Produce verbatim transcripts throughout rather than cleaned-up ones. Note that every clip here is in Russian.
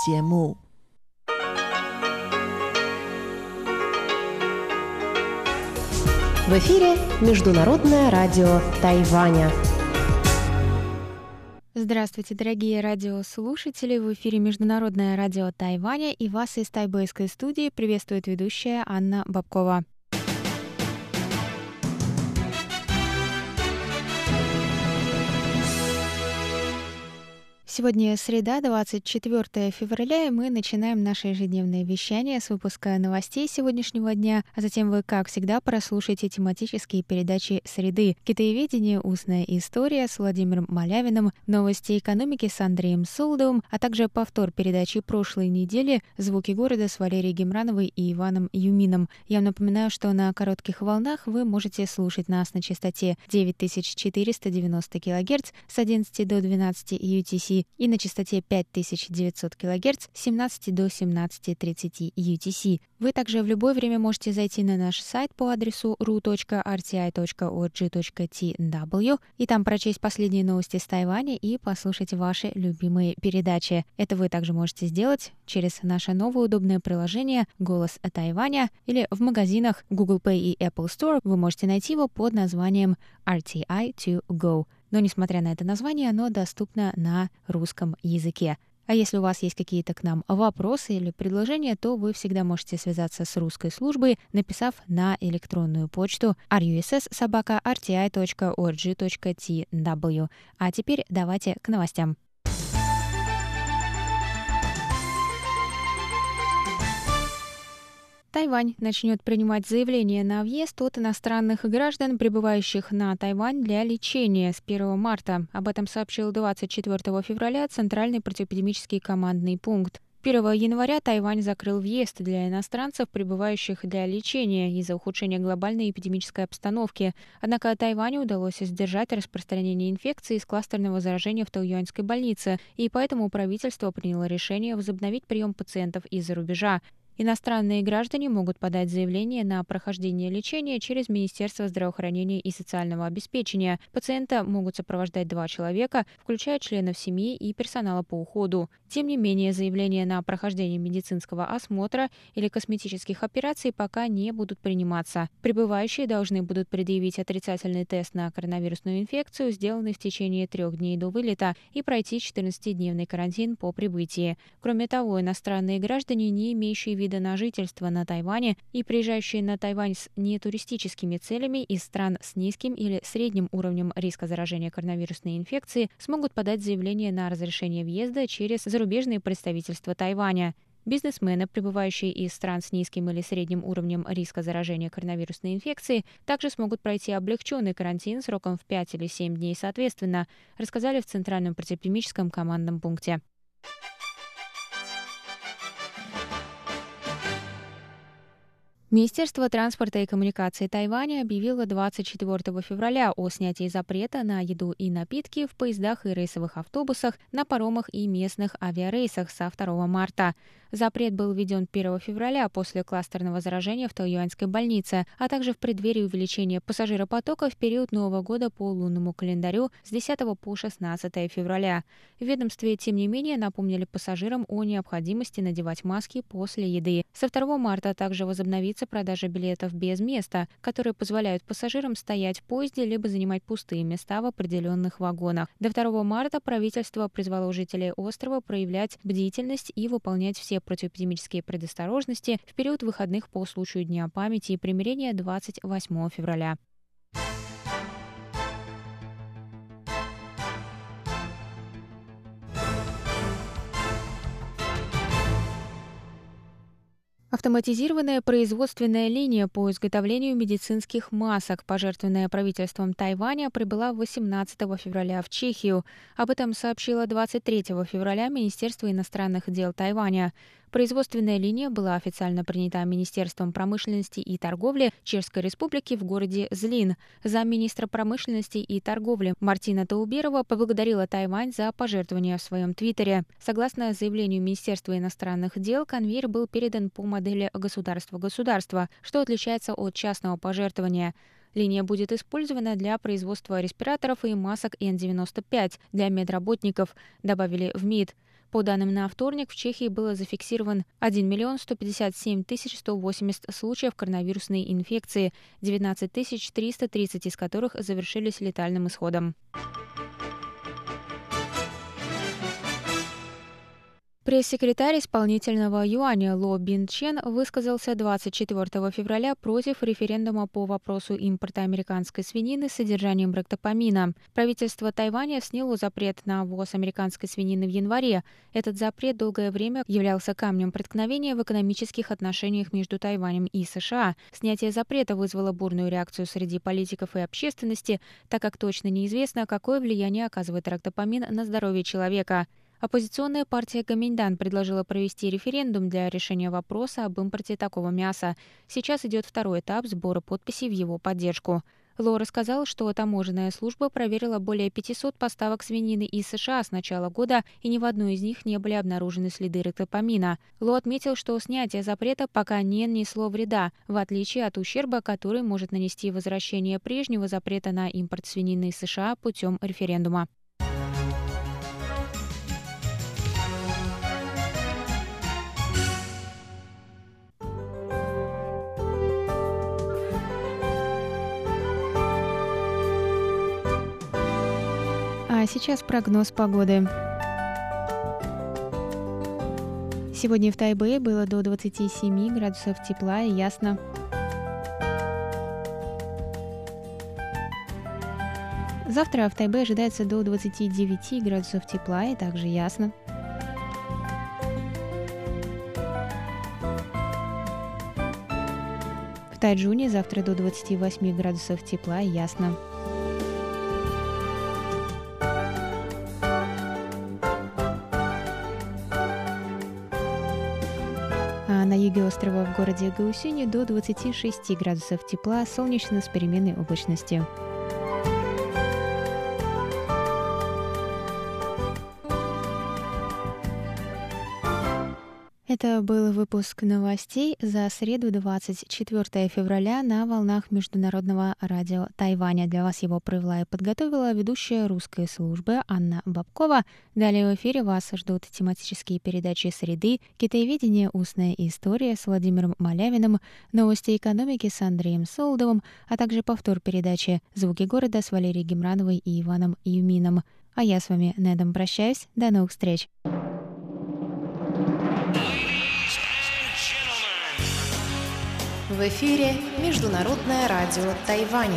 节目。 В эфире Международное радио Тайваня. Здравствуйте, дорогие радиослушатели! В эфире Международное радио Тайваня, и вас из тайбэйской студии приветствует ведущая Анна Бабкова. Сегодня среда, двадцать четвёртое февраля, и мы начинаем наше ежедневное вещание с выпуска новостей сегодняшнего дня, а затем вы, как всегда, прослушаете тематические передачи «Среды», «Китаеведение. Устная история» с Владимиром Малявиным, «Новости экономики» с Андреем Солдовым, а также повтор передачи прошлой недели «Звуки города» с Валерией Гемрановой и Иваном Юмином. Я вам напоминаю, что на коротких волнах вы можете слушать нас на частоте девять тысяч четыреста девяносто килогерц с одиннадцати до двенадцати ю ти си, и на частоте пять тысяч девятьсот килогерц с семнадцати до семнадцати тридцати ю ти си. Вы также в любое время можете зайти на наш сайт по адресу ru точка эр ти ай точка орг точка ти дабл ю и там прочесть последние новости с Тайваня и послушать ваши любимые передачи. Это вы также можете сделать через наше новое удобное приложение «Голос Тайваня» или в магазинах Google Play и Apple Store. Вы можете найти его под названием эр ти ай to go. Но, несмотря на это название, оно доступно на русском языке. А если у вас есть какие-то к нам вопросы или предложения, то вы всегда можете связаться с русской службой, написав на электронную почту ар ю эс эс собака эр ти ай точка орг точка ти дабл ю. А теперь давайте к новостям. Тайвань начнет принимать заявления на въезд от иностранных граждан, прибывающих на Тайвань для лечения с первого марта. Об этом сообщил двадцать четвёртого февраля Центральный противоэпидемический командный пункт. первого января Тайвань закрыл въезд для иностранцев, прибывающих для лечения из-за ухудшения глобальной эпидемической обстановки. Однако Тайваню удалось сдержать распространение инфекции из кластерного заражения в Тайюаньской больнице, и поэтому правительство приняло решение возобновить прием пациентов из-за рубежа. Иностранные граждане могут подать заявление на прохождение лечения через Министерство здравоохранения и социального обеспечения. Пациента могут сопровождать два человека, включая членов семьи и персонала по уходу. Тем не менее, заявления на прохождение медицинского осмотра или косметических операций пока не будут приниматься. Прибывающие должны будут предъявить отрицательный тест на коронавирусную инфекцию, сделанный в течение трех дней до вылета, и пройти четырнадцатидневный карантин по прибытии. Кроме того, иностранные граждане, не имеющие вида на жительство на Тайване и приезжающие на Тайвань с нетуристическими целями из стран с низким или средним уровнем риска заражения коронавирусной инфекцией, смогут подать заявление на разрешение въезда через зарубежные представительства Тайваня. Бизнесмены, прибывающие из стран с низким или средним уровнем риска заражения коронавирусной инфекцией, также смогут пройти облегченный карантин сроком в пять или семь дней соответственно, рассказали в Центральном противоэпидемическом командном пункте. Министерство транспорта и коммуникаций Тайваня объявило двадцать четвёртого февраля о снятии запрета на еду и напитки в поездах и рейсовых автобусах, на паромах и местных авиарейсах со второго марта. Запрет был введен первого февраля после кластерного заражения в Тайюаньской больнице, а также в преддверии увеличения пассажиропотока в период Нового года по лунному календарю с десятого по шестнадцатое февраля. В ведомстве, тем не менее, напомнили пассажирам о необходимости надевать маски после еды. Со второго марта также возобновится продажа билетов без места, которые позволяют пассажирам стоять в поезде либо занимать пустые места в определенных вагонах. До второго марта правительство призвало жителей острова проявлять бдительность и выполнять все противоэпидемические предосторожности в период выходных по случаю Дня памяти и примирения двадцать восьмого февраля. Автоматизированная производственная линия по изготовлению медицинских масок, пожертвованная правительством Тайваня, прибыла восемнадцатого февраля в Чехию. Об этом сообщило двадцать третьего февраля Министерство иностранных дел Тайваня. Производственная линия была официально принята Министерством промышленности и торговли Чешской Республики в городе Злин. Замминистра промышленности и торговли Мартина Тауберова поблагодарила Тайвань за пожертвования в своем твиттере. Согласно заявлению Министерства иностранных дел, конвейер был передан по модели государство-государство, что отличается от частного пожертвования. Линия будет использована для производства респираторов и масок эн девяносто пять для медработников, добавили в МИД. По данным на вторник, в Чехии было зафиксирован один миллион сто пятьдесят семь тысяч сто восемьдесят случаев коронавирусной инфекции, девятнадцать тысяч триста тридцать из которых завершились летальным исходом. Пресс-секретарь исполнительного юаня Ло Бин Чен высказался двадцать четвёртого февраля против референдума по вопросу импорта американской свинины с содержанием брактопамина. Правительство Тайваня сняло запрет на ввоз американской свинины в январе. Этот запрет долгое время являлся камнем преткновения в экономических отношениях между Тайванем и США. Снятие запрета вызвало бурную реакцию среди политиков и общественности, так как точно неизвестно, какое влияние оказывает брактопамин на здоровье человека. Оппозиционная партия Гоминьдан предложила провести референдум для решения вопроса об импорте такого мяса. Сейчас идет второй этап сбора подписей в его поддержку. Ло рассказал, что таможенная служба проверила более пятисот поставок свинины из США с начала года, и ни в одной из них не были обнаружены следы брактопамина. Ло отметил, что снятие запрета пока не нанесло вреда, в отличие от ущерба, который может нанести возвращение прежнего запрета на импорт свинины из США путем референдума. А сейчас прогноз погоды. Сегодня в Тайбэе было до двадцати семи градусов тепла и ясно. Завтра в Тайбэе ожидается до двадцати девяти градусов тепла и также ясно. В Тайчжуне завтра до двадцати восьми градусов тепла и ясно. А на юге острова в городе Гаусюни до двадцати шести градусов тепла, солнечно с переменной облачностью. Это был выпуск новостей за среду, двадцать четвёртого февраля на волнах Международного радио Тайваня. Для вас его провела и подготовила ведущая русской службы Анна Бабкова. Далее в эфире вас ждут тематические передачи «Среды», «Китаеведение. Устная история» с Владимиром Малявиным, «Новости экономики» с Андреем Солодовым, а также повтор передачи «Звуки города» с Валерией Гемрановой и Иваном Юмином. А я с вами на этом прощаюсь. До новых встреч! В эфире Международное радио Тайваня.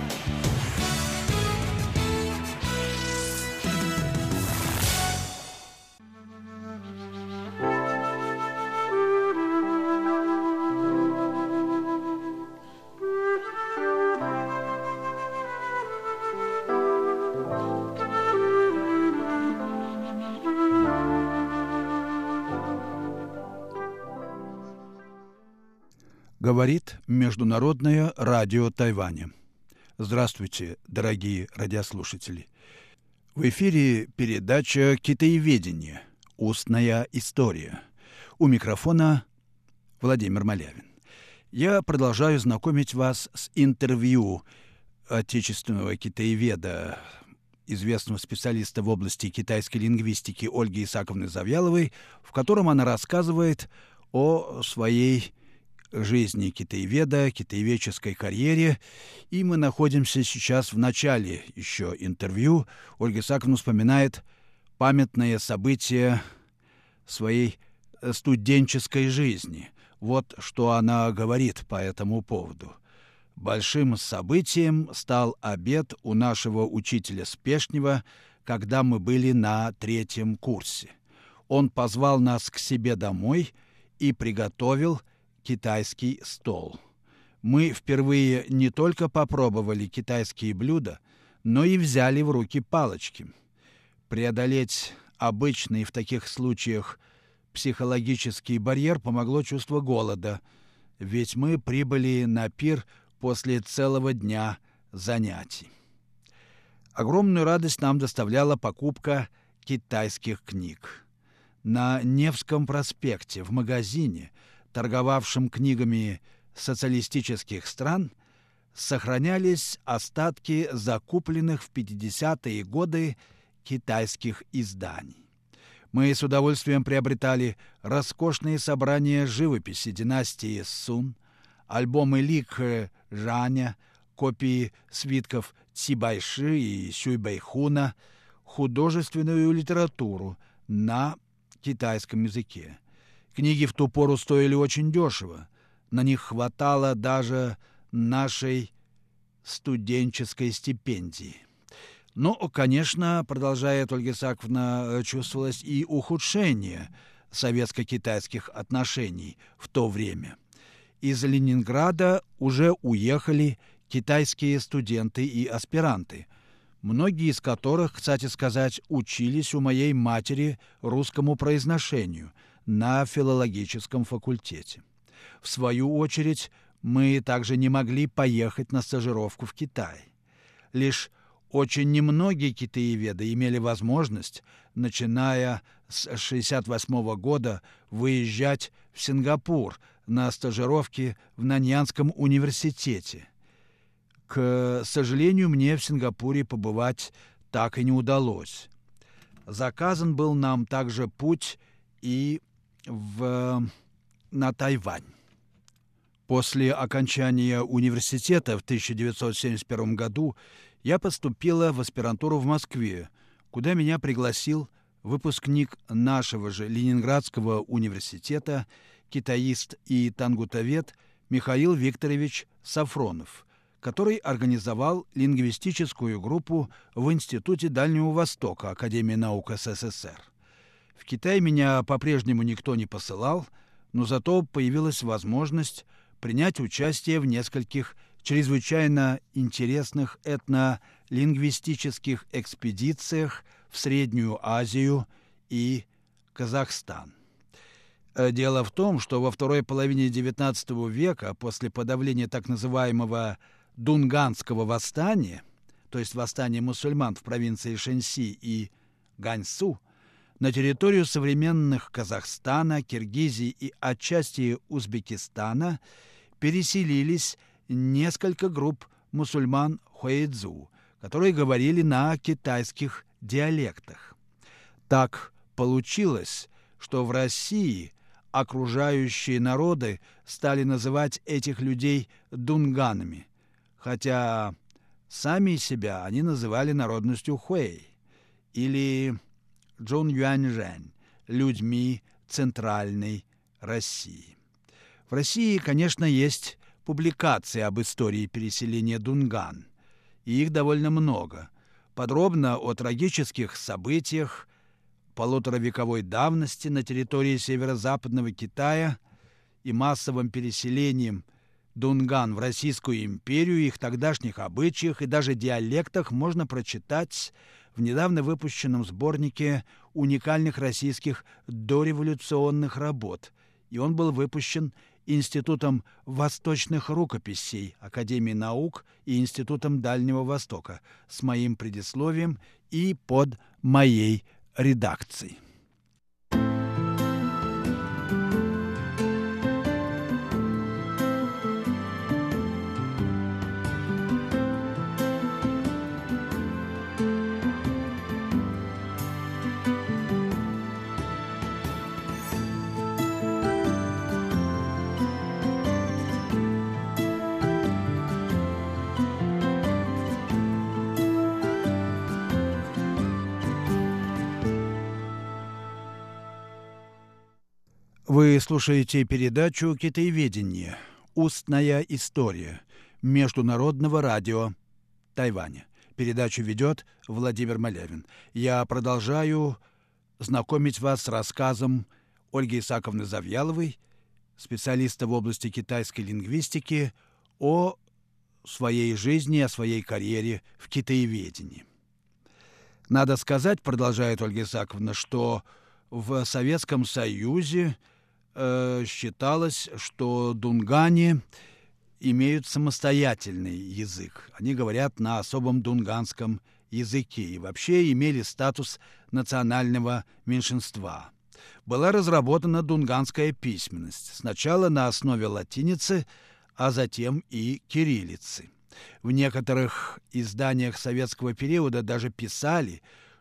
Говорит Международное радио Тайваня. Здравствуйте, дорогие радиослушатели. В эфире передача «Китаеведение. Устная история». У микрофона Владимир Малявин. Я продолжаю знакомить вас с интервью отечественного китаеведа, известного специалиста в области китайской лингвистики Ольги Исааковны Завьяловой, в котором она рассказывает о своей жизни китаеведа, китаеведческой карьере. И мы находимся сейчас в начале еще интервью. Ольга Исааковна вспоминает памятное событие своей студенческой жизни. Вот что она говорит по этому поводу. «Большим событием стал обед у нашего учителя Спешнева, когда мы были на третьем курсе. Он позвал нас к себе домой и приготовил китайский стол. Мы впервые не только попробовали китайские блюда, но и взяли в руки палочки. Преодолеть обычный в таких случаях психологический барьер помогло чувство голода, ведь мы прибыли на пир после целого дня занятий. Огромную радость нам доставляла покупка китайских книг. На Невском проспекте в магазине, торговавшим книгами социалистических стран, сохранялись остатки закупленных в пятидесятые годы китайских изданий. Мы с удовольствием приобретали роскошные собрания живописи династии Сун, альбомы Ли Кэ-Жаня, копии свитков Ци-Байши и Сюй-Бэйхуна, художественную литературу на китайском языке. Книги в ту пору стоили очень дешево. На них хватало даже нашей студенческой стипендии. Но, конечно, продолжает Ольга Исааковна, чувствовалось и ухудшение советско-китайских отношений в то время. Из Ленинграда уже уехали китайские студенты и аспиранты, многие из которых, кстати сказать, учились у моей матери русскому произношению на филологическом факультете. В свою очередь, мы также не могли поехать на стажировку в Китай. Лишь очень немногие китаеведы имели возможность, начиная с шестьдесят восьмого года, выезжать в Сингапур на стажировки в Наньянском университете. К сожалению, мне в Сингапуре побывать так и не удалось. Заказан был нам также путь и в... на Тайвань. После окончания университета в тысяча девятьсот семьдесят первом году я поступила в аспирантуру в Москве, куда меня пригласил выпускник нашего же Ленинградского университета, китаист и тангутовед Михаил Викторович Сафронов, который организовал лингвистическую группу в Институте Дальнего Востока Академии наук СССР. В Китай меня по-прежнему никто не посылал, но зато появилась возможность принять участие в нескольких чрезвычайно интересных этнолингвистических экспедициях в Среднюю Азию и Казахстан. Дело в том, что во второй половине девятнадцатого века, после подавления так называемого Дунганского восстания, то есть восстания мусульман в провинции Шэньси и Ганьсу, на территорию современных Казахстана, Киргизии и отчасти Узбекистана переселились несколько групп мусульман хуэйцзу, которые говорили на китайских диалектах. Так получилось, что в России окружающие народы стали называть этих людей дунганами, хотя сами себя они называли народностью хуэй или джунюаньжэнь, людьми Центральной России. В России, конечно, есть публикации об истории переселения дунган, и их довольно много. Подробно о трагических событиях полуторавековой давности на территории северо-западного Китая и массовым переселением дунган в Российскую империю, их тогдашних обычаях и даже диалектах можно прочитать в недавно выпущенном сборнике уникальных российских дореволюционных работ, и он был выпущен Институтом восточных рукописей Академии наук и Институтом Дальнего Востока с моим предисловием и под моей редакцией. Вы слушаете передачу «Китаеведение. Устная история» Международного радио Тайваня. Передачу ведет Владимир Малявин. Я продолжаю знакомить вас с рассказом Ольги Исааковны Завьяловой, специалиста в области китайской лингвистики, о своей жизни, о своей карьере в китаеведении. Надо сказать, продолжает Ольга Исааковна, что в Советском Союзе считалось, что дунгане имеют самостоятельный язык. Они говорят на особом дунганском языке и вообще имели статус национального меньшинства. Была разработана дунганская письменность, сначала на основе латиницы, а затем и кириллицы. В некоторых изданиях советского периода даже писали,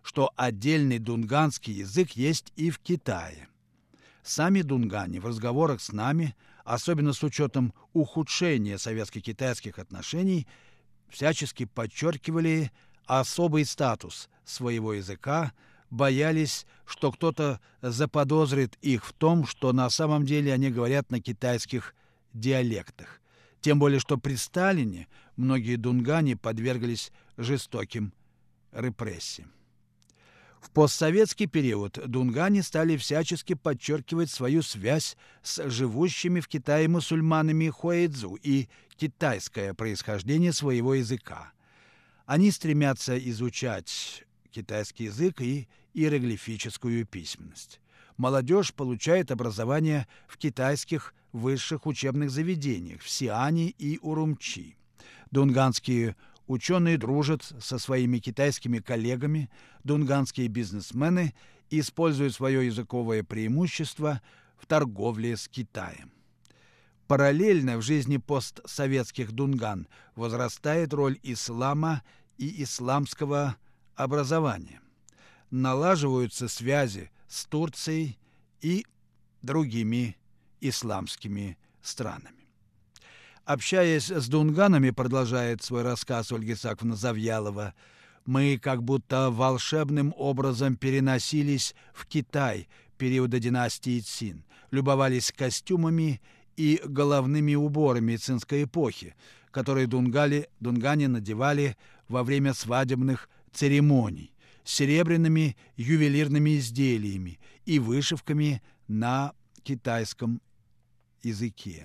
что отдельный дунганский язык есть и в Китае. Сами дунгане в разговорах с нами, особенно с учетом ухудшения советско-китайских отношений, всячески подчеркивали особый статус своего языка, боялись, что кто-то заподозрит их в том, что на самом деле они говорят на китайских диалектах. Тем более, что при Сталине многие дунгане подверглись жестоким репрессиям. В постсоветский период дунгане стали всячески подчеркивать свою связь с живущими в Китае мусульманами хуэйцзу и китайское происхождение своего языка. Они стремятся изучать китайский язык и иероглифическую письменность. Молодежь получает образование в китайских высших учебных заведениях в Сиане и Урумчи. Дунганские ученые дружат со своими китайскими коллегами, дунганские бизнесмены используют свое языковое преимущество в торговле с Китаем. Параллельно в жизни постсоветских дунган возрастает роль ислама и исламского образования. Налаживаются связи с Турцией и другими исламскими странами. Общаясь с дунганами, продолжает свой рассказ Ольга Исааковна Завьялова, мы как будто волшебным образом переносились в Китай периода династии Цин, любовались костюмами и головными уборами цинской эпохи, которые дунгали, дунгане надевали во время свадебных церемоний, серебряными ювелирными изделиями и вышивками на китайском языке.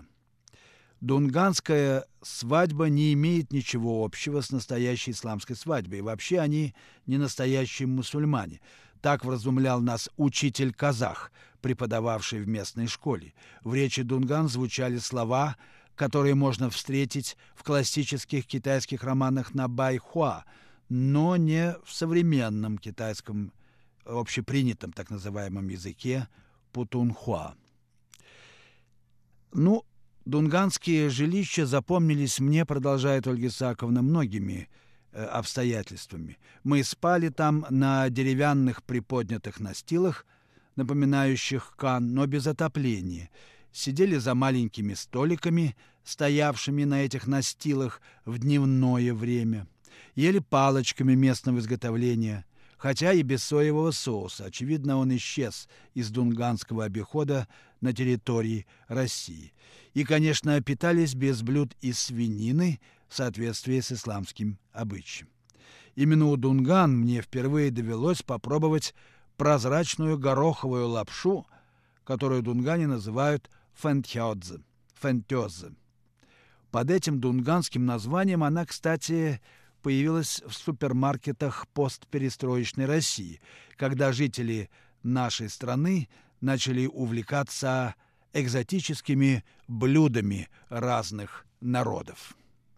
Дунганская свадьба не имеет ничего общего с настоящей исламской свадьбой. Вообще они не настоящие мусульмане. Так вразумлял нас учитель-казах, преподававший в местной школе. В речи дунган звучали слова, которые можно встретить в классических китайских романах на байхуа, но не в современном китайском общепринятом так называемом языке путунхуа. Ну, дунганские жилища запомнились мне, продолжает Ольга Исааковна, многими э, обстоятельствами. Мы спали там на деревянных приподнятых настилах, напоминающих кан, но без отопления. Сидели за маленькими столиками, стоявшими на этих настилах в дневное время. Ели палочками местного изготовления, хотя и без соевого соуса. Очевидно, он исчез из дунганского обихода на территории России. И, конечно, питались без блюд из свинины в соответствии с исламским обычаем. Именно у дунган мне впервые довелось попробовать прозрачную гороховую лапшу, которую дунгане называют фэнтёдзе. фэнтёдзе. Под этим дунганским названием она, кстати, появилась в супермаркетах постперестроечной России, когда жители нашей страны начали увлекаться экзотическими блюдами разных народов.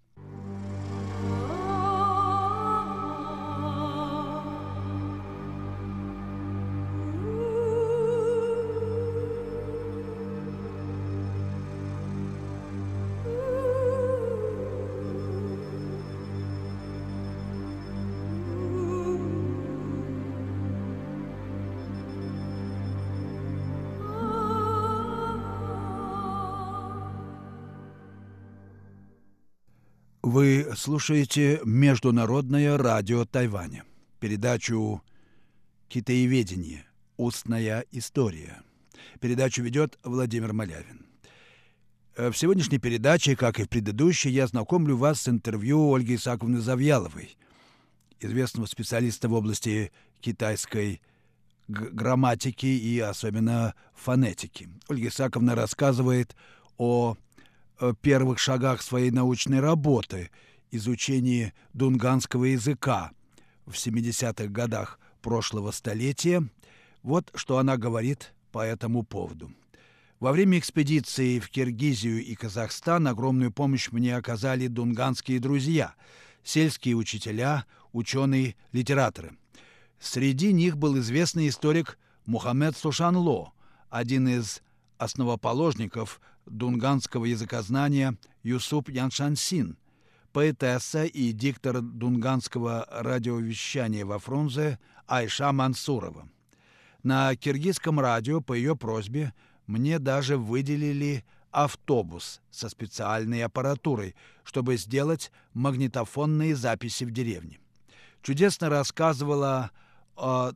Вы слушаете Международное радио Тайваня, передачу «Китаеведение. Устная история». Передачу ведет Владимир Малявин. В сегодняшней передаче, как и в предыдущей, я знакомлю вас с интервью Ольги Исааковны Завьяловой, известного специалиста в области китайской грамматики и особенно фонетики. Ольга Исааковна рассказывает о первых шагах своей научной работы, изучении дунганского языка в семидесятых годах прошлого столетия. Вот что она говорит по этому поводу. Во время экспедиции в Киргизию и Казахстан огромную помощь мне оказали дунганские друзья, сельские учителя, ученые, литераторы. Среди них был известный историк Мухаммед Сушанло, один из основоположников дунганского языкознания Юсуп Яншансин, поэтесса и диктор дунганского радиовещания во Фрунзе Айша Мансурова. На киргизском радио по ее просьбе мне даже выделили автобус со специальной аппаратурой, чтобы сделать магнитофонные записи в деревне. Чудесно рассказывала о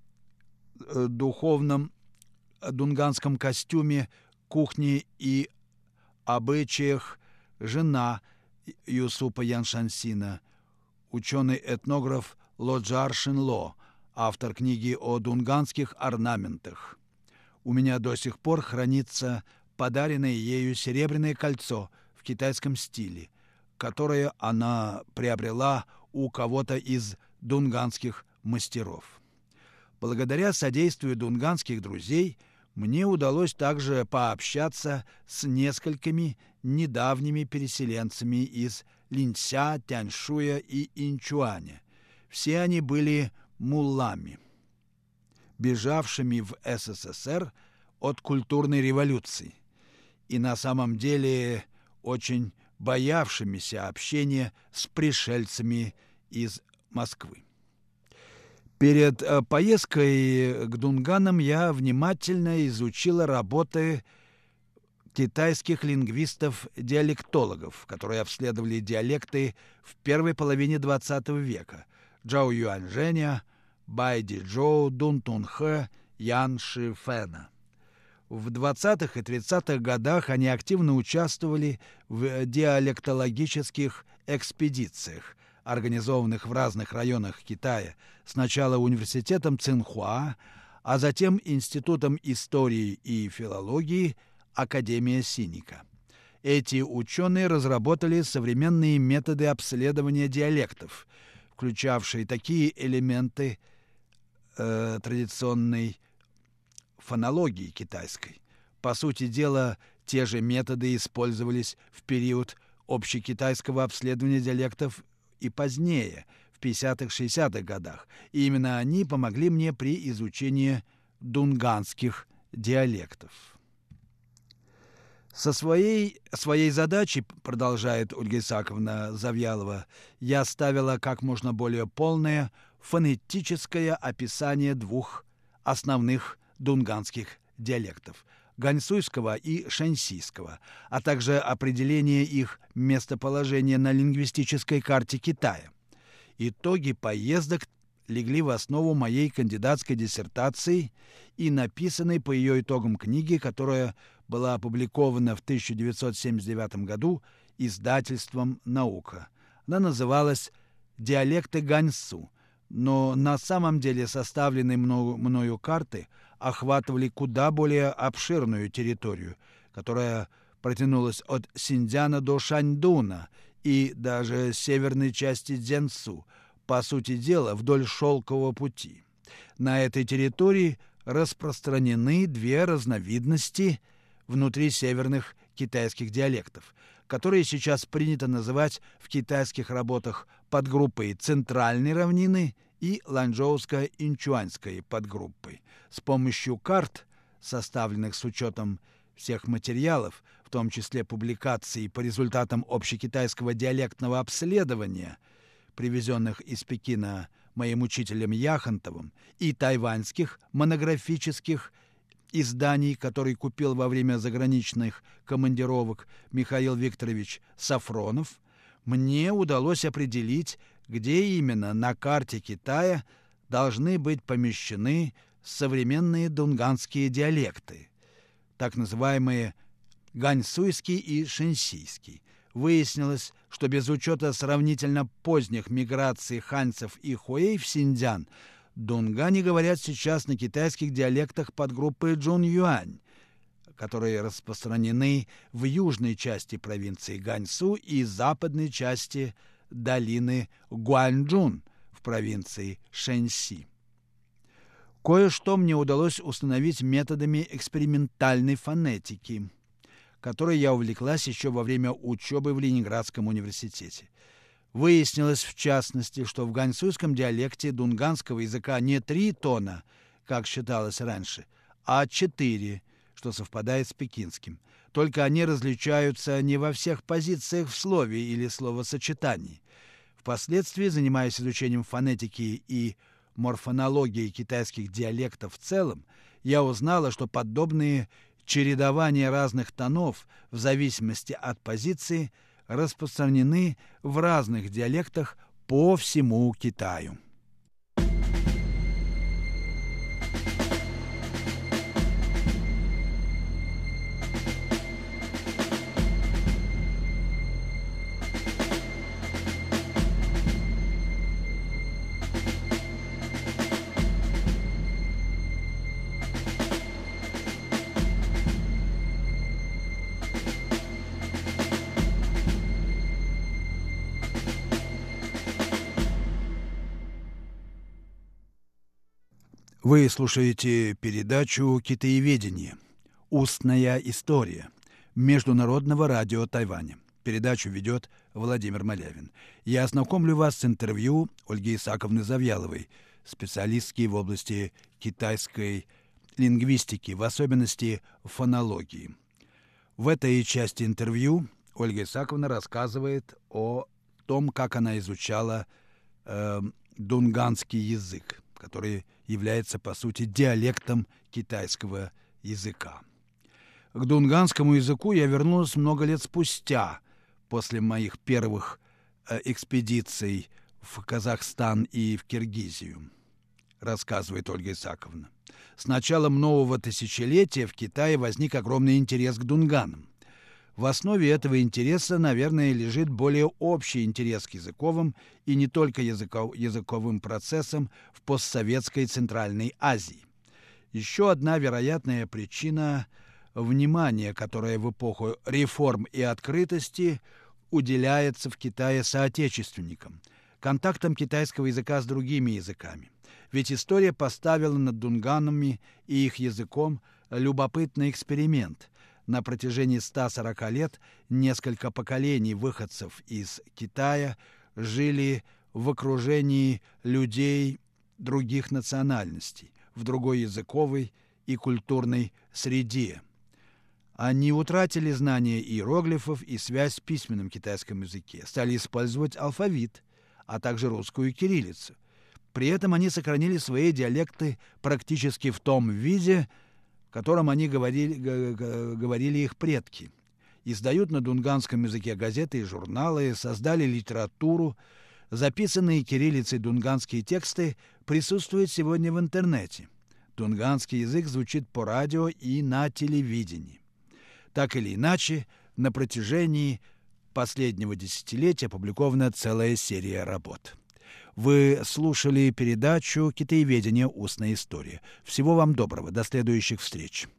духовном дунганском костюме, кухне и обычаях жена Юсупа Яншансина, ученый-этнограф Лоджар Шинло, автор книги о дунганских орнаментах. У меня до сих пор хранится подаренное ею серебряное кольцо в китайском стиле, которое она приобрела у кого-то из дунганских мастеров. Благодаря содействию дунганских друзей мне удалось также пообщаться с несколькими недавними переселенцами из Линься, Тяньшуя и Инчуаня. Все они были муллами, бежавшими в СССР от культурной революции и на самом деле очень боявшимися общения с пришельцами из Москвы. Перед поездкой к дунганам я внимательно изучила работы китайских лингвистов-диалектологов, которые обследовали диалекты в первой половине двадцатого века: Джао Юаньжэня, Бай Диджоу, Дун Тунхэ, Ян Ши Фэна. В двадцатых и тридцатых годах они активно участвовали в диалектологических экспедициях, организованных в разных районах Китая, сначала университетом Цинхуа, а затем Институтом истории и филологии Академия Синика. Эти ученые разработали современные методы обследования диалектов, включавшие такие элементы э, традиционной фонологии китайской. По сути дела, те же методы использовались в период общекитайского обследования диалектов и позднее, в пятидесятых-шестидесятых годах. И именно они помогли мне при изучении дунганских диалектов. Со своей, своей задачей, продолжает Ольга Исааковна Завьялова, я ставила как можно более полное фонетическое описание двух основных дунганских диалектов – ганьсуйского и шэньсийского, а также определение их местоположения на лингвистической карте Китая. Итоги поездок легли в основу моей кандидатской диссертации и написанной по ее итогам книги, которая была опубликована в тысяча девятьсот семьдесят девятом году издательством «Наука». Она называлась «Диалекты Ганьсу», но на самом деле составленные мною карты охватывали куда более обширную территорию, которая протянулась от Синьцзяна до Шаньдуна и даже северной части Цзянцу, по сути дела, вдоль Шелкового пути. На этой территории распространены две разновидности внутри северных китайских диалектов, которые сейчас принято называть в китайских работах подгруппой Центральной равнины и Ланчжоуско-Инчуаньской подгруппой. С помощью карт, составленных с учетом всех материалов, в том числе публикаций по результатам общекитайского диалектного обследования, привезенных из Пекина моим учителем Яхонтовым, и тайваньских монографических изданий, которые купил во время заграничных командировок Михаил Викторович Сафронов, мне удалось определить, где именно на карте Китая должны быть помещены современные дунганские диалекты, так называемые ганьсуйский и шэньсийский. Выяснилось, что без учета сравнительно поздних миграций ханьцев и хуэй в Синьцзян, дунгане говорят сейчас на китайских диалектах подгруппы Джун-Юань, которые распространены в южной части провинции Ганьсу и западной части долины Гуанчжун в провинции Шэньси. Кое-что мне удалось установить методами экспериментальной фонетики, которой я увлеклась еще во время учебы в Ленинградском университете. Выяснилось, в частности, что в ганьсуйском диалекте дунганского языка не три тона, как считалось раньше, а четыре, что совпадает с пекинским. Только они различаются не во всех позициях в слове или словосочетании. Впоследствии, занимаясь изучением фонетики и морфонологии китайских диалектов в целом, я узнала, что подобные чередования разных тонов в зависимости от позиции распространены в разных диалектах по всему Китаю. Вы слушаете передачу «Китаеведение. Устная история» Международного радио Тайваня. Передачу ведет Владимир Малявин. Я ознакомлю вас с интервью Ольги Исааковны Завьяловой, специалистки в области китайской лингвистики, в особенности фонологии. В этой части интервью Ольга Исааковна рассказывает о том, как она изучала э, дунганский язык, который является, по сути, диалектом китайского языка. К дунганскому языку я вернулась много лет спустя, после моих первых э, экспедиций в Казахстан и в Киргизию, рассказывает Ольга Исааковна. С началом нового тысячелетия в Китае возник огромный интерес к дунганам. В основе этого интереса, наверное, лежит более общий интерес к языковым и не только языков, языковым процессам в постсоветской Центральной Азии. Еще одна вероятная причина – внимание, которое в эпоху реформ и открытости уделяется в Китае соотечественникам, контактам китайского языка с другими языками. Ведь история поставила над дунганами и их языком любопытный эксперимент. На протяжении ста сорока лет несколько поколений выходцев из Китая жили в окружении людей других национальностей, в другой языковой и культурной среде. Они утратили знание иероглифов и связь с письменным китайском языке, стали использовать алфавит, а также русскую кириллицу. При этом они сохранили свои диалекты практически в том виде, в котором они говорили, говорили их предки. Издают на дунганском языке газеты и журналы, создали литературу. Записанные кириллицей дунганские тексты присутствуют сегодня в интернете. Дунганский язык звучит по радио и на телевидении. Так или иначе, на протяжении последнего десятилетия опубликована целая серия работ. Вы слушали передачу «Китаеведение. Устная история». Всего вам доброго. До следующих встреч.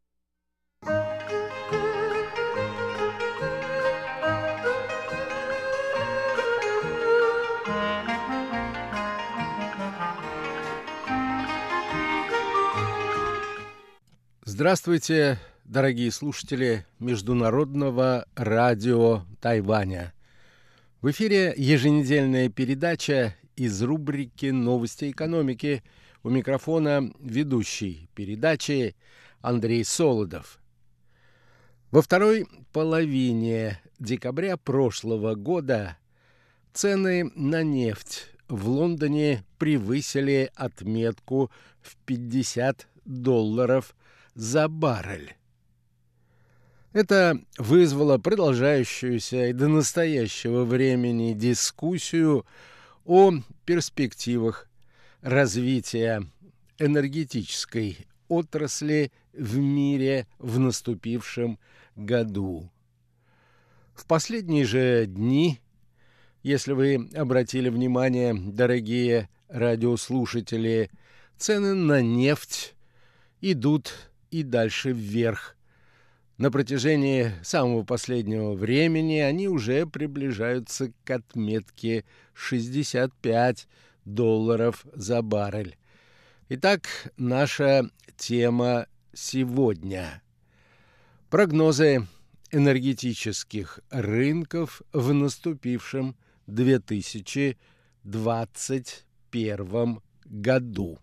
Здравствуйте, дорогие слушатели Международного радио Тайваня. В эфире еженедельная передача из рубрики «Новости экономики». У микрофона ведущий передачи Андрей Солодов. Во второй половине декабря прошлого года цены на нефть в Лондоне превысили отметку в пятьдесят долларов за баррель. Это вызвало продолжающуюся и до настоящего времени дискуссию о перспективах развития энергетической отрасли в мире в наступившем году. В последние же дни, если вы обратили внимание, дорогие радиослушатели, цены на нефть идут и дальше вверх. На протяжении самого последнего времени они уже приближаются к отметке шестьдесят пять долларов за баррель. Итак, наша тема сегодня. Прогнозы энергетических рынков в наступившем две тысячи двадцать первом году.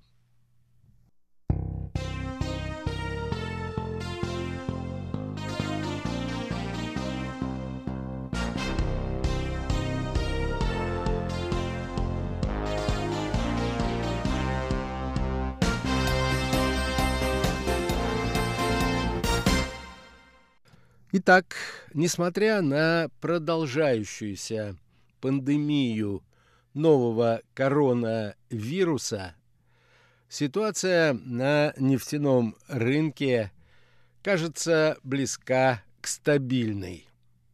Итак, несмотря на продолжающуюся пандемию нового коронавируса, ситуация на нефтяном рынке кажется близка к стабильной.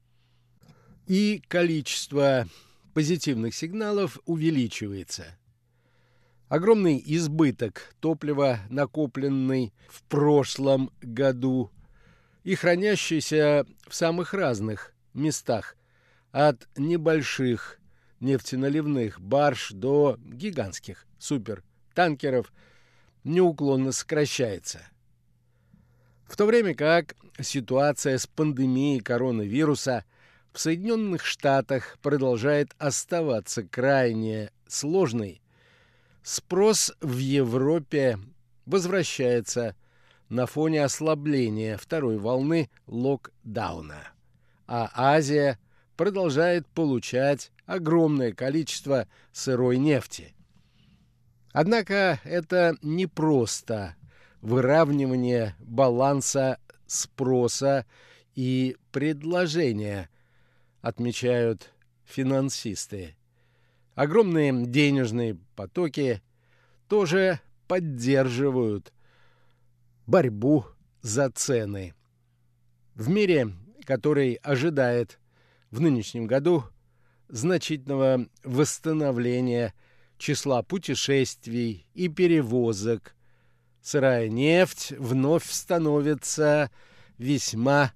И количество позитивных сигналов увеличивается. Огромный избыток топлива, накопленный в прошлом году и хранящийся в самых разных местах, от небольших нефтеналивных барж до гигантских супертанкеров, неуклонно сокращается. В то время как ситуация с пандемией коронавируса в Соединенных Штатах продолжает оставаться крайне сложной, спрос в Европе возвращается на фоне ослабления второй волны локдауна, а Азия продолжает получать огромное количество сырой нефти. Однако это не просто выравнивание баланса спроса и предложения, отмечают финансисты. Огромные денежные потоки тоже поддерживают борьбу за цены. В мире, который ожидает в нынешнем году значительного восстановления числа путешествий и перевозок, сырая нефть вновь становится весьма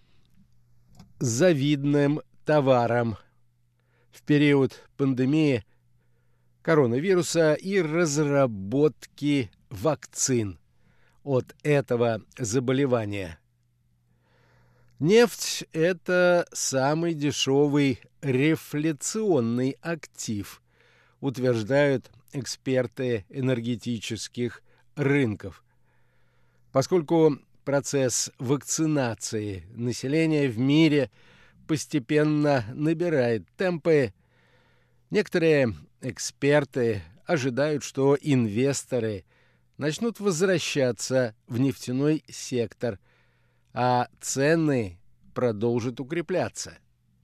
завидным товаром в период пандемии коронавируса и разработки вакцин от этого заболевания. Нефть – это самый дешевый рефляционный актив, утверждают эксперты энергетических рынков. Поскольку процесс вакцинации населения в мире постепенно набирает темпы, некоторые эксперты ожидают, что инвесторы начнут возвращаться в нефтяной сектор, а цены продолжат укрепляться.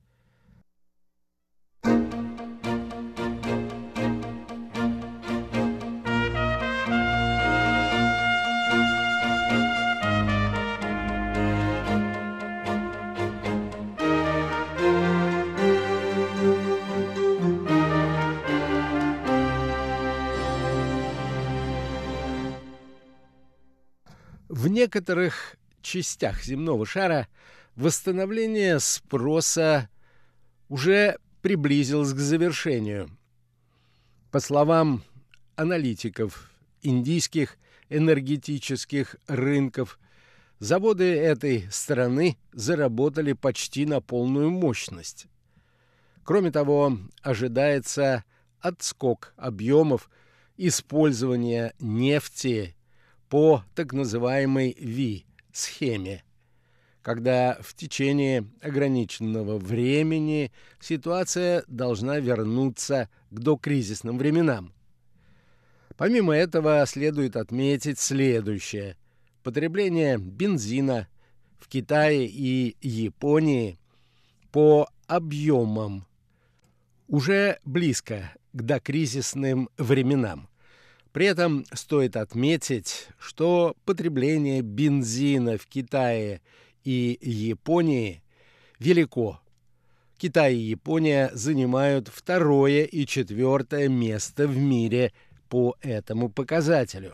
В некоторых частях земного шара восстановление спроса уже приблизилось к завершению. По словам аналитиков индийских энергетических рынков, заводы этой страны заработали почти на полную мощность. Кроме того, ожидается отскок объемов использования нефти по так называемой ви-схеме, когда в течение ограниченного времени ситуация должна вернуться к докризисным временам. Помимо этого, следует отметить следующее. Потребление бензина в Китае и Японии по объемам уже близко к докризисным временам. При этом стоит отметить, что потребление бензина в Китае и Японии велико. Китай и Япония занимают второе и четвертое место в мире по этому показателю.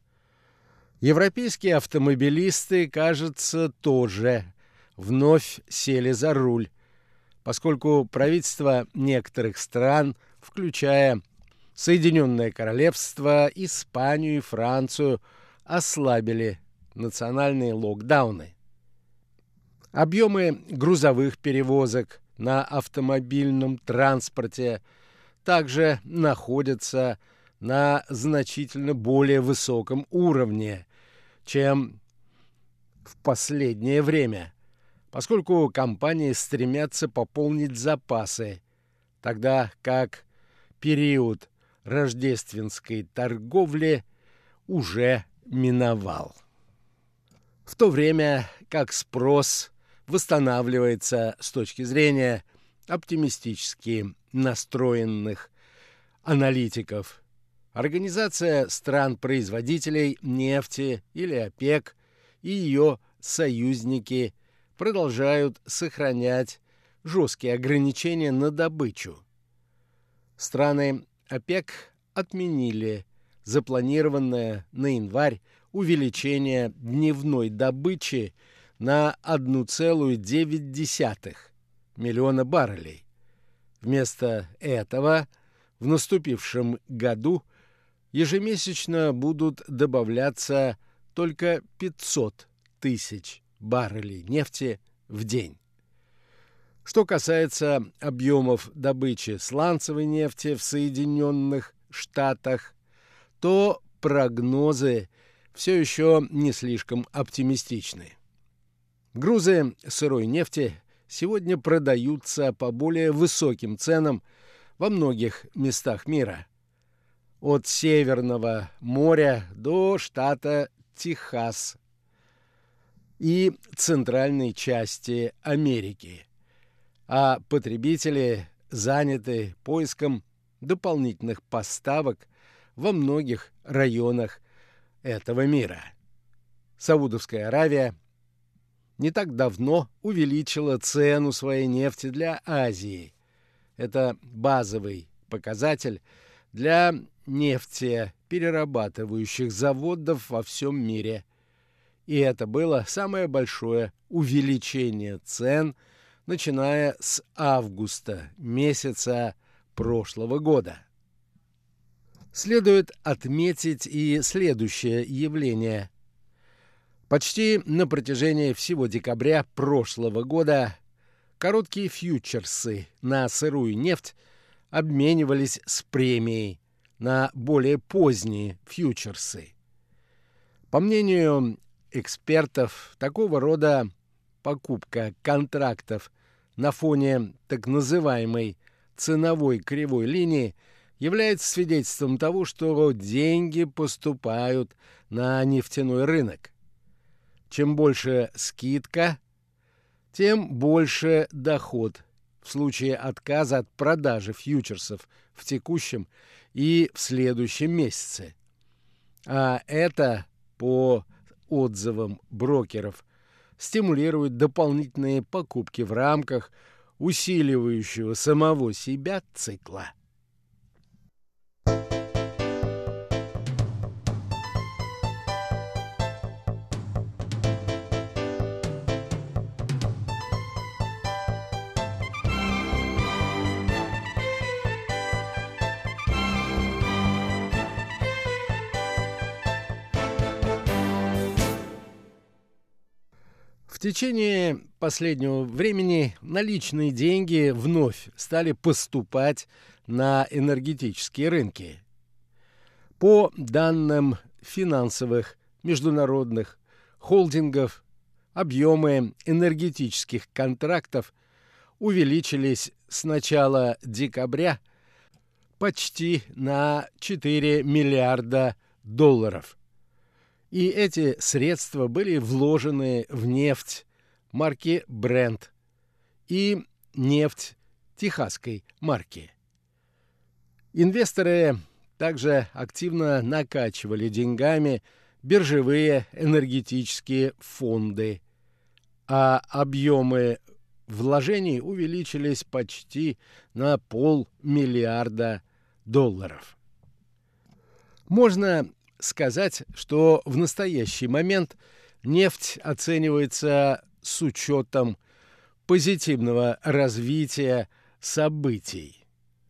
Европейские автомобилисты, кажется, тоже вновь сели за руль, поскольку правительства некоторых стран, включая Соединенное Королевство, Испанию и Францию, ослабили национальные локдауны. Объемы грузовых перевозок на автомобильном транспорте также находятся на значительно более высоком уровне, чем в последнее время, поскольку компании стремятся пополнить запасы, тогда как период рождественской торговли уже миновал. В то время как спрос в восстанавливается с точки зрения оптимистически настроенных аналитиков. Организация стран-производителей нефти или ОПЕК и ее союзники продолжают сохранять жесткие ограничения на добычу. Страны ОПЕК отменили запланированное на январь увеличение дневной добычи на одна целая девять десятых миллиона баррелей. Вместо этого в наступившем году ежемесячно будут добавляться только пятьсот тысяч баррелей нефти в день. Что касается объемов добычи сланцевой нефти в Соединенных Штатах, то прогнозы все еще не слишком оптимистичны. Грузы сырой нефти сегодня продаются по более высоким ценам во многих местах мира. От Северного моря до штата Техас и центральной части Америки, а потребители заняты поиском дополнительных поставок во многих районах этого мира. Саудовская Аравия не так давно увеличила цену своей нефти для Азии. Это базовый показатель для нефтеперерабатывающих заводов во всем мире. И это было самое большое увеличение цен, начиная с августа месяца прошлого года. Следует отметить и следующее явление. Почти на протяжении всего декабря прошлого года короткие фьючерсы на сырую нефть обменивались с премией на более поздние фьючерсы. По мнению экспертов, такого рода покупка контрактов на фоне так называемой ценовой кривой линии является свидетельством того, что деньги поступают на нефтяной рынок. Чем больше скидка, тем больше доход в случае отказа от продажи фьючерсов в текущем и в следующем месяце. А это, по отзывам брокеров, стимулирует дополнительные покупки в рамках усиливающего самого себя цикла. В течение последнего времени наличные деньги вновь стали поступать на энергетические рынки. По данным финансовых международных холдингов, объемы энергетических контрактов увеличились с начала декабря почти на четыре миллиарда долларов. И эти средства были вложены в нефть марки Brent и нефть техасской марки. Инвесторы также активно накачивали деньгами биржевые энергетические фонды, а объемы вложений увеличились почти на полмиллиарда долларов. Можно сказать, что в настоящий момент нефть оценивается с учетом позитивного развития событий.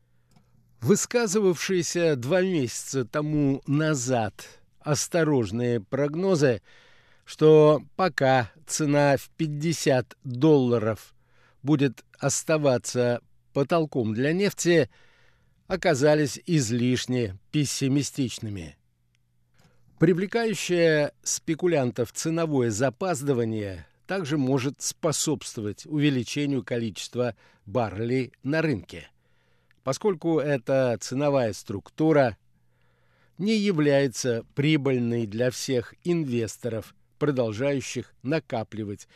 Высказывавшиеся два месяца тому назад осторожные прогнозы, что пока цена в пятьдесят долларов будет оставаться потолком для нефти, оказались излишне пессимистичными. Привлекающее спекулянтов ценовое запаздывание также может способствовать увеличению количества баррелей на рынке, поскольку эта ценовая структура не является прибыльной для всех инвесторов, продолжающих накапливать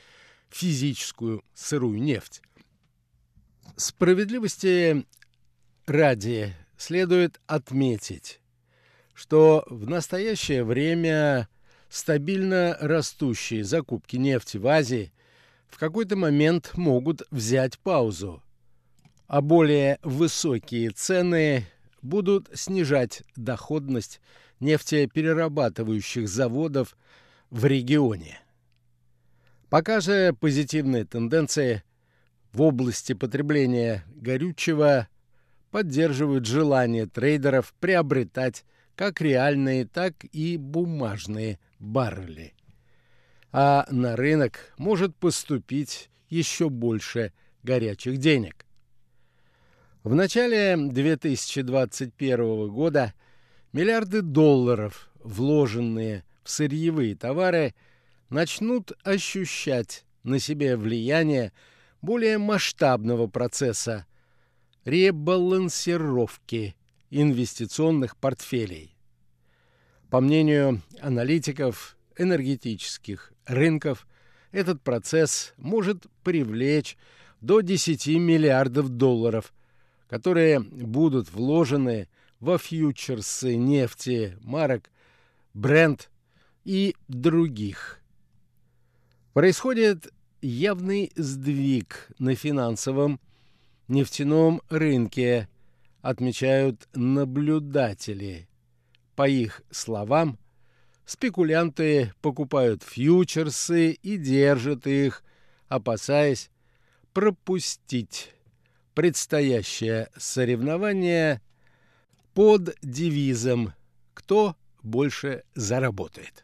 физическую сырую нефть. Справедливости ради следует отметить, что в настоящее время стабильно растущие закупки нефти в Азии в какой-то момент могут взять паузу, а более высокие цены будут снижать доходность нефтеперерабатывающих заводов в регионе. Пока же позитивные тенденции в области потребления горючего поддерживают желание трейдеров приобретать как реальные, так и бумажные баррели. А на рынок может поступить еще больше горячих денег. В начале две тысячи двадцать первого года миллиарды долларов, вложенные в сырьевые товары, начнут ощущать на себе влияние более масштабного процесса ребалансировки инвестиционных портфелей. По мнению аналитиков энергетических рынков, этот процесс может привлечь до десяти миллиардов долларов, которые будут вложены во фьючерсы нефти марок Brent и других. Происходит явный сдвиг на финансовом нефтяном рынке, отмечают наблюдатели. По их словам, спекулянты покупают фьючерсы и держат их, опасаясь пропустить предстоящее соревнование под девизом «Кто больше заработает?».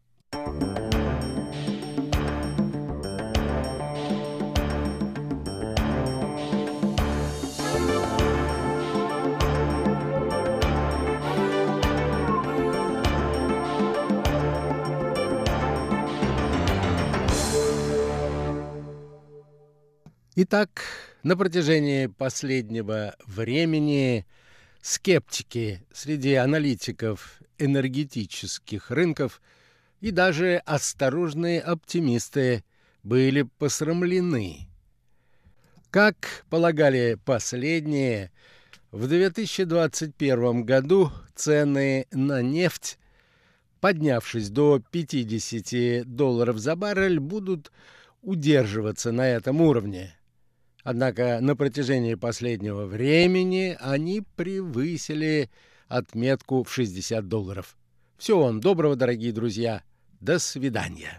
Итак, на протяжении последнего времени скептики среди аналитиков энергетических рынков и даже осторожные оптимисты были посрамлены. Как полагали последние, в две тысячи двадцать первом году цены на нефть, поднявшись до пятидесяти долларов за баррель, будут удерживаться на этом уровне. Однако на протяжении последнего времени они превысили отметку в шестьдесят долларов. Всего вам доброго, дорогие друзья. До свидания.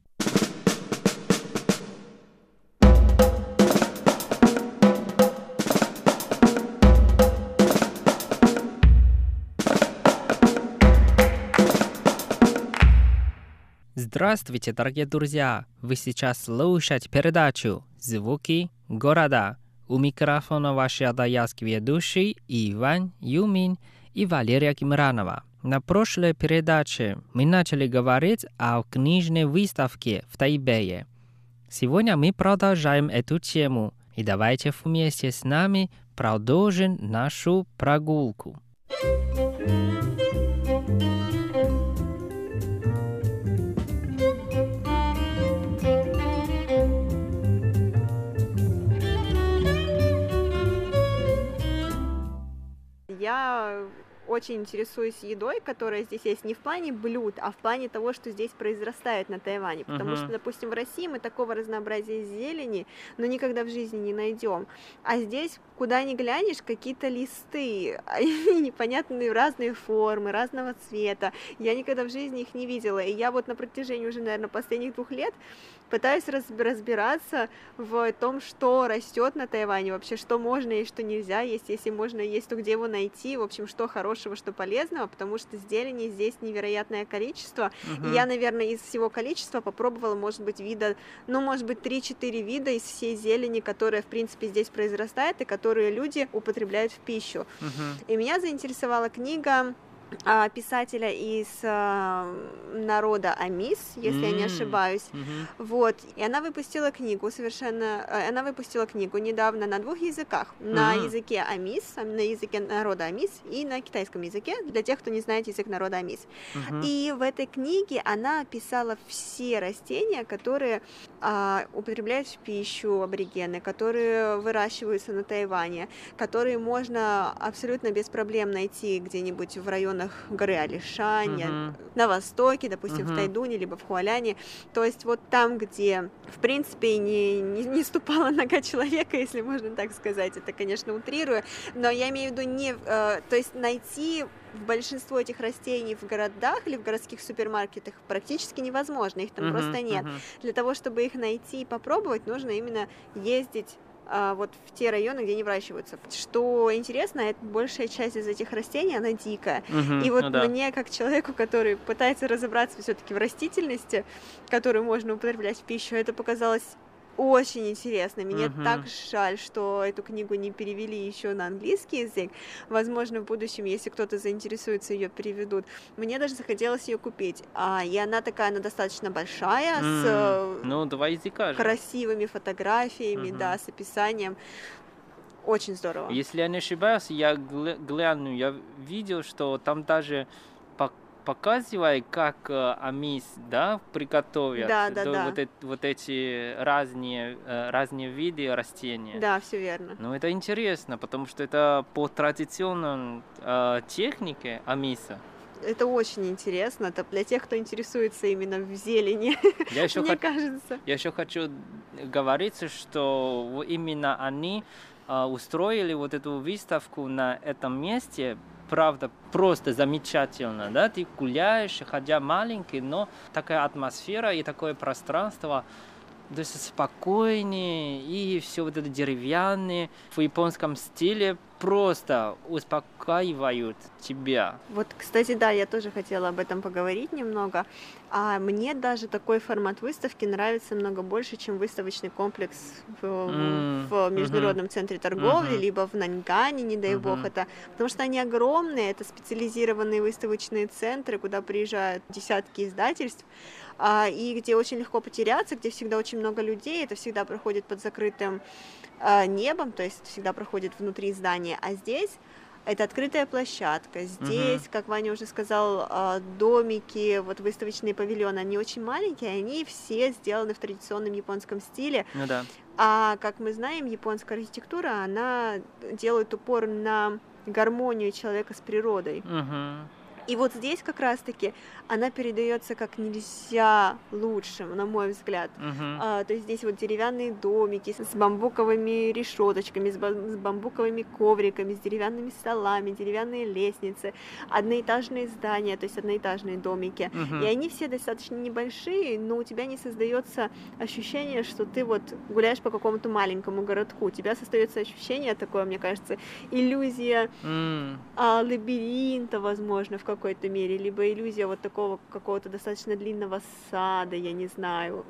Здравствуйте, дорогие друзья! Вы сейчас слушаете передачу «Звуки города». У микрофона ваши адаялские ведущие Иван Юмин и Валерия Кимранова. На прошлой передаче мы начали говорить о книжной выставке в Тайбэе. Сегодня мы продолжаем эту тему, и давайте вместе с нами продолжим нашу прогулку. Я очень интересуюсь едой, которая здесь есть, не в плане блюд, а в плане того, что здесь произрастает на Тайване. Потому uh-huh. что, допустим, в России мы такого разнообразия зелени, но никогда в жизни не найдем. А здесь, куда ни глянешь, какие-то листы, они непонятные, разные формы, разного цвета. Я никогда в жизни их не видела. И я вот на протяжении уже, наверное, последних двух лет пытаюсь разбираться в том, что растет на Тайване, вообще, что можно и что нельзя есть, если можно есть, то где его найти, в общем, что хорошего, что полезного, потому что зелени здесь невероятное количество, uh-huh. и я, наверное, из всего количества попробовала, может быть, вида, ну, может быть, три-четыре вида из всей зелени, которая, в принципе, здесь произрастает и которые люди употребляют в пищу. Uh-huh. И меня заинтересовала книга писателя из народа Амис, если mm-hmm. я не ошибаюсь. Mm-hmm. Вот. И она выпустила книгу совершенно... Она выпустила книгу недавно на двух языках. Mm-hmm. На языке Амис, на языке народа Амис и на китайском языке, для тех, кто не знает язык народа Амис. Mm-hmm. И в этой книге она описала все растения, которые а, употребляют в пищу аборигены, которые выращиваются на Тайване, которые можно абсолютно без проблем найти где-нибудь в районах горы Алишань, uh-huh. на востоке, допустим, uh-huh. в Тайдуне, либо в Хуаляне. То есть вот там, где, в принципе, не, не, не ступала нога человека, если можно так сказать, это, конечно, утрирую, но я имею в виду не... Э, то есть найти большинство этих растений в городах или в городских супермаркетах практически невозможно, их там uh-huh, просто нет. Uh-huh. Для того, чтобы их найти и попробовать, нужно именно ездить а, вот в те районы, где они выращиваются. Что интересно, это большая часть из этих растений, она дикая. Uh-huh, и вот ну да. мне, как человеку, который пытается разобраться все-таки в растительности, которую можно употреблять в пищу, это показалось очень интересно. Мне uh-huh. так жаль, что эту книгу не перевели еще на английский язык. Возможно, в будущем, если кто-то заинтересуется, ее переведут. Мне даже захотелось ее купить. А, и она такая, она достаточно большая, mm. с ну, два языка красивыми же. Фотографиями, uh-huh. да, с описанием. Очень здорово. Если я не ошибаюсь, я гляну, я видел, что там даже показывай, как э, амис, да, приготовят да, да, до, да. Вот, э, вот эти разные, э, разные виды растений. Да, все верно. Ну, это интересно, потому что это по традиционной э, технике амиса. Это очень интересно, это для тех, кто интересуется именно в зелени, я еще мне хот... кажется. Я еще хочу говорить, что именно они э, устроили вот эту выставку на этом месте. Правда, просто замечательно, да, ты гуляешь, хотя маленький, но такая атмосфера и такое пространство, то есть спокойнее, и все вот это деревянное, в японском стиле просто успокаивают тебя. Вот, кстати, да, я тоже хотела об этом поговорить немного. А мне даже такой формат выставки нравится много больше, чем выставочный комплекс в, mm. в Международном uh-huh. центре торговли, uh-huh. либо в Наньгане, не дай uh-huh. бог это. Потому что они огромные, это специализированные выставочные центры, куда приезжают десятки издательств, а, и где очень легко потеряться, где всегда очень много людей, это всегда проходит под закрытым а, небом, то есть всегда проходит внутри здания, а здесь это открытая площадка, здесь, uh-huh. как Ваня уже сказал, а, домики, вот выставочные павильоны, они очень маленькие, они все сделаны в традиционном японском стиле, ну, да. а как мы знаем, японская архитектура, она делает упор на гармонию человека с природой. Uh-huh. И вот здесь как раз-таки она передается как нельзя лучше, на мой взгляд. Uh-huh. А, то есть здесь вот деревянные домики с бамбуковыми решеточками, с, бам- с бамбуковыми ковриками, с деревянными столами, деревянные лестницы, одноэтажные здания, то есть одноэтажные домики. Uh-huh. И они все достаточно небольшие, но у тебя не создается ощущение, что ты вот гуляешь по какому-то маленькому городку. У тебя создается ощущение такое, мне кажется, иллюзия mm. а, лабиринта, возможно, в какой-то мере, либо иллюзия вот такого какого-то достаточно длинного сада, я не знаю,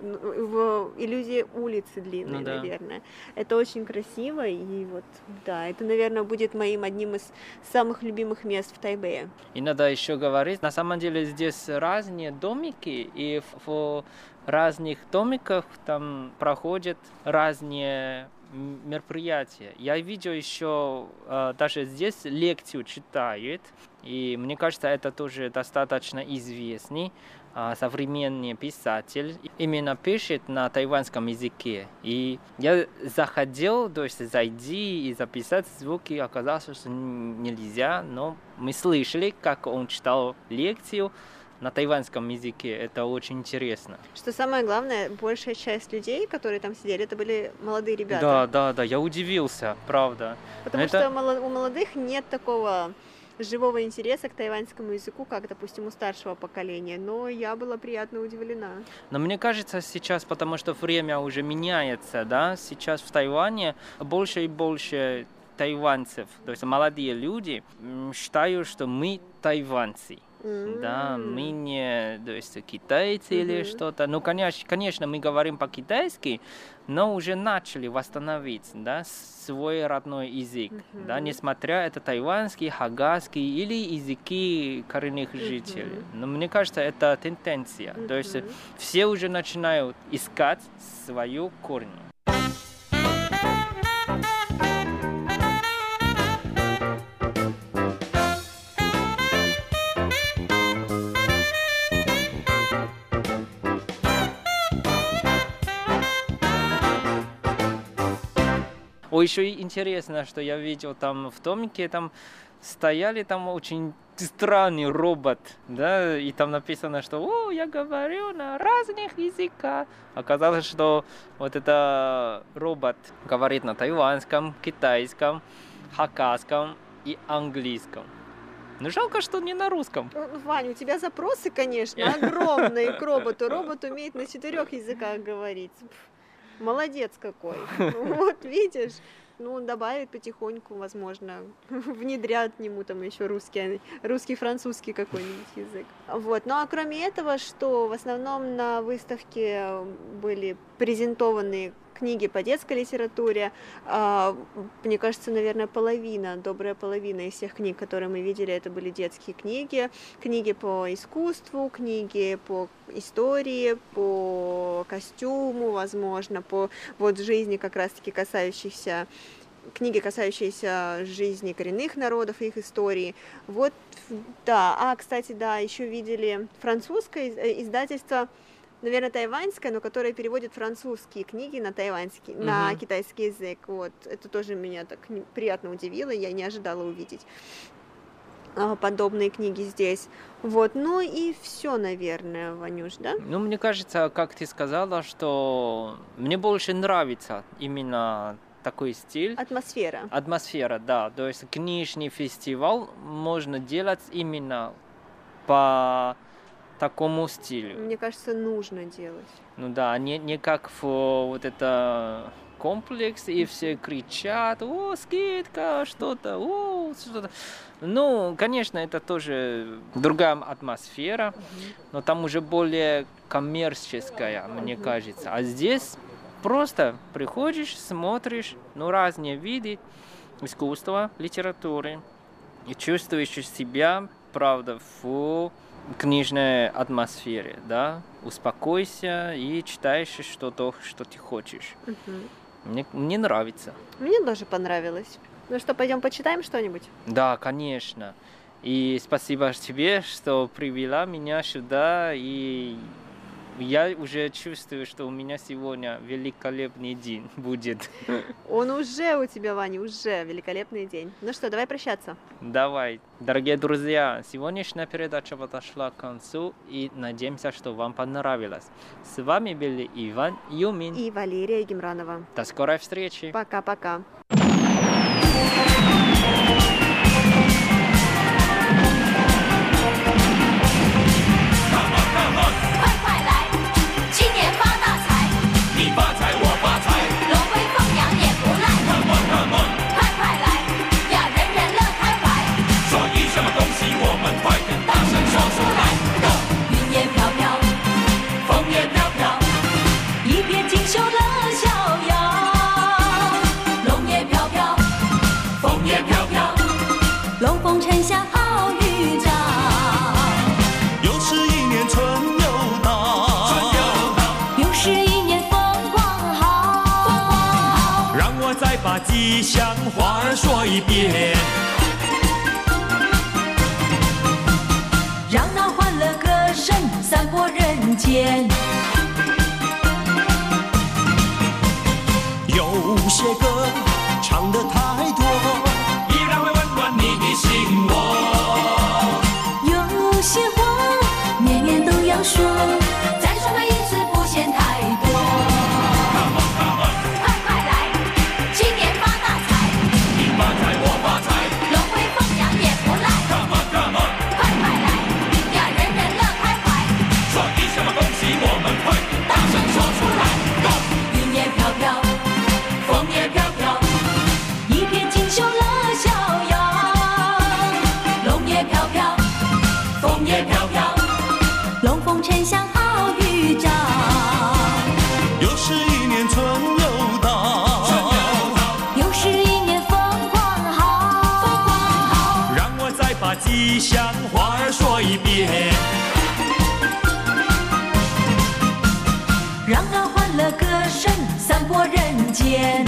в иллюзия улицы длинной, ну, да. наверное. Это очень красиво, и вот, да, это, наверное, будет моим одним из самых любимых мест в Тайбэе. И надо еще говорить, на самом деле здесь разные домики, и в, в разных домиках там проходят разные мероприятия. Я видел еще, даже здесь лекцию читает, и мне кажется, это тоже достаточно известный современный писатель. Именно пишет на тайванском языке. И я захотел, то есть зайти и записать звуки, оказалось, что нельзя, но мы слышали, как он читал лекцию на тайванском языке. Это очень интересно. Что самое главное, большая часть людей, которые там сидели, это были молодые ребята. Да, да, да, я удивился, правда. Потому но что это... у молодых нет такого живого интереса к тайваньскому языку, как, допустим, у старшего поколения, но я была приятно удивлена. Но мне кажется сейчас, потому что время уже меняется, да, сейчас в Тайване больше и больше тайванцев, то есть молодые люди считают, что мы тайванцы. Mm. Да, мы не, то есть китайцы mm-hmm. или что-то. Ну, конечно, конечно, мы говорим по-китайски, но уже начали восстановить, да, свой родной язык, mm-hmm. да, несмотря это тайванский, хагасский или языки коренных жителей. Mm-hmm. Но мне кажется, это тенденция. Mm-hmm. То есть все уже начинают искать свою корень. О, еще интересно, что я видел там в домике, там стояли там очень странный робот, да, и там написано, что «О, я говорю на разных языках». Оказалось, что вот это робот говорит на тайванском, китайском, хакасском и английском. Ну, жалко, что не на русском. Ваня, у тебя запросы, конечно, огромные к роботу. Робот умеет на четырех языках говорить. Молодец какой. Вот, видишь, ну, добавит потихоньку, возможно, внедрят к нему там еще русский, русский, французский какой-нибудь язык. Вот, ну, а кроме этого, что в основном на выставке были презентованы книги по детской литературе. Мне кажется, наверное, половина, добрая половина из всех книг, которые мы видели, это были детские книги. Книги по искусству, книги по истории, по костюму, возможно, по вот жизни, как раз-таки касающихся книги, касающиеся жизни коренных народов и их истории. Вот, да. А, кстати, да, еще видели французское издательство, наверное, тайваньское, но которое переводит французские книги на тайваньский, uh-huh. на китайский язык. Вот. Это тоже меня так приятно удивило, я не ожидала увидеть подобные книги здесь. Вот. Ну и все, наверное, Ванюш, да? Ну, мне кажется, как ты сказала, что мне больше нравится именно такой стиль. Атмосфера. Атмосфера, да. То есть книжный фестиваль можно делать именно по такому стилю. Мне кажется, нужно делать. Ну да, не, не как в вот это комплекс, и все кричат, о, скидка, что-то, о, что-то. Ну, конечно, это тоже другая атмосфера, но там уже более коммерческая, мне кажется. А здесь просто приходишь, смотришь, ну, разные виды искусства, литературы, и чувствуешь себя, правда, в книжной атмосфере, да, успокойся и читаешь что-то, что ты хочешь. Угу. Мне, мне нравится. Мне тоже понравилось. Ну что, пойдем почитаем что-нибудь? Да, конечно. И спасибо тебе, что привела меня сюда, и я уже чувствую, что у меня сегодня великолепный день будет. Он уже у тебя, Ваня, уже великолепный день. Ну что, давай прощаться. Давай. Дорогие друзья, сегодняшняя передача подошла к концу, и надеемся, что вам понравилось. С вами были Иван Юмин и Валерия Гемранова. До скорой встречи. Пока-пока. 吉祥话儿说一遍，让那欢乐歌声散播人间。有些歌唱得太多，依然会温暖你的心窝。有些话年年都要说，再说那一次不嫌太多。风也飘飘，一片锦绣乐逍遥。 吉祥话儿说一遍， 让那欢乐歌声散播人间。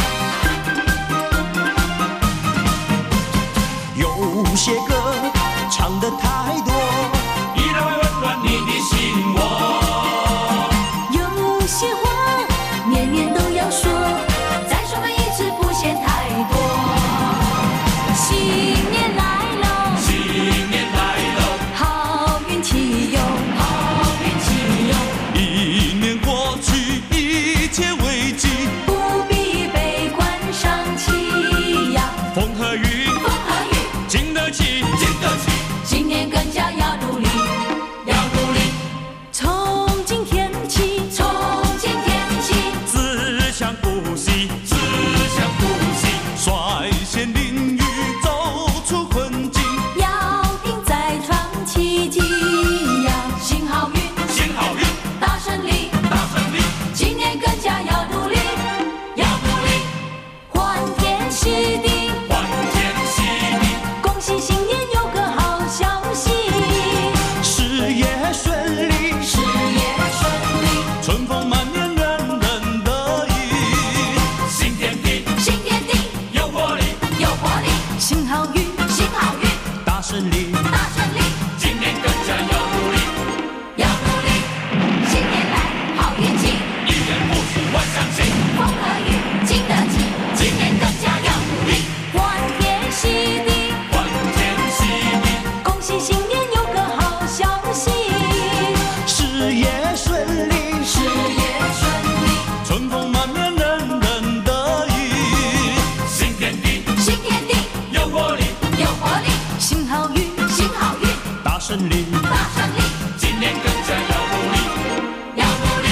有些歌唱得太多，依然会温暖你的心窝。 有些话年年都要说，再说每一次不嫌太多。新年来喽， 新年来喽， 好运气哟，好运气哟。 一年过去，一切未尽， 不必悲观伤气呀， 风和雨， 风和雨， 经得起，经得起。 今年更加要努力， 要努力， 从今天起，从今天起， 自强不息，自强不息，率先淋雨走出困境， 要定再创奇迹呀！新好运， 新好运， 大胜利， 大胜利， 今年更加要努力， 要努力， 欢天喜地， 欢天喜地， 恭喜新年有个好消息， 事业顺利， 事业顺利， 春风满面，人人得意，新天地， 新天地有活力， 有活力，新好运，新好运， 大胜利， 大胜利， 今年更加要努力， 要努力，新年来好运气， 一言不出万象新， 风和雨经得起，今年更加要努力，欢天喜地， 欢天喜地， 恭喜新年有个好消息， 事业顺利， 事业顺利， 春风满面，人人得意，新天地， 新天地有活力， 有活力，新好运，新好运， 大胜利， 大胜利， 今年更加要努力， 要努力，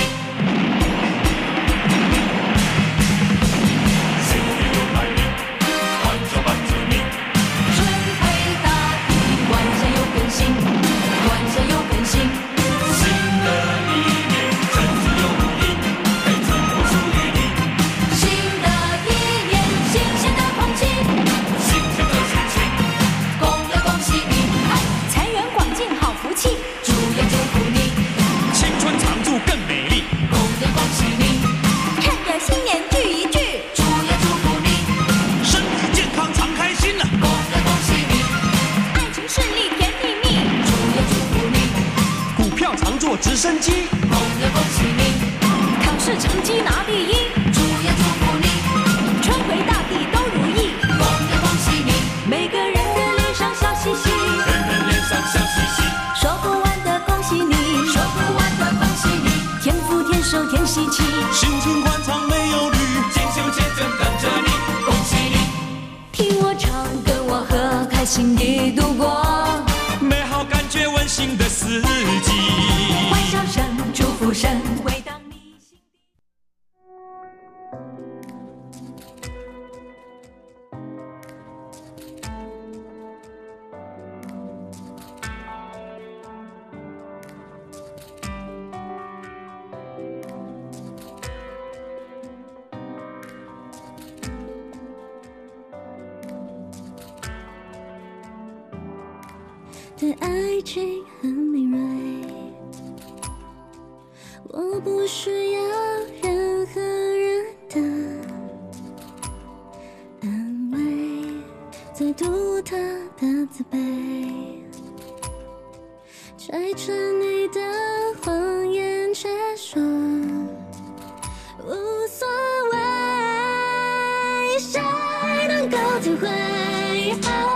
幸运又来临，伴着伴着你， 春回大地，欢笑又更新，欢笑又更新， 新的一年真挚有意，陪衬不属于你， 新的一年新鲜的空气， 新鲜的心情， 恭要恭喜你，财源广进好福气，主要祝福你， 青春常驻更美丽， 恭要恭喜你，趁着新年聚一聚，主要祝福你， 身体健康常开心呢， 恭要恭喜你，爱情顺利甜蜜蜜，主要祝福你， 股票常做直升机， 恭要恭喜你，考试成绩拿第一，主要祝福你，春回大地都如意，恭要恭喜你，每个人的脸上笑嘻嘻， 人人脸上笑嘻嘻， 说不完的恭喜你，说不完的恭喜你，天福天寿天喜气， 心情欢畅没有虑，锦绣节正等着你， 恭喜你，听我唱，跟我和，开心地度过， 美好感觉温馨的四季， 欢笑声，祝福声，回荡你心底。 对爱情很敏锐，我不需要任何人的安慰，最独特的自卑，拆穿你的谎言，却说无所谓，谁能够体会？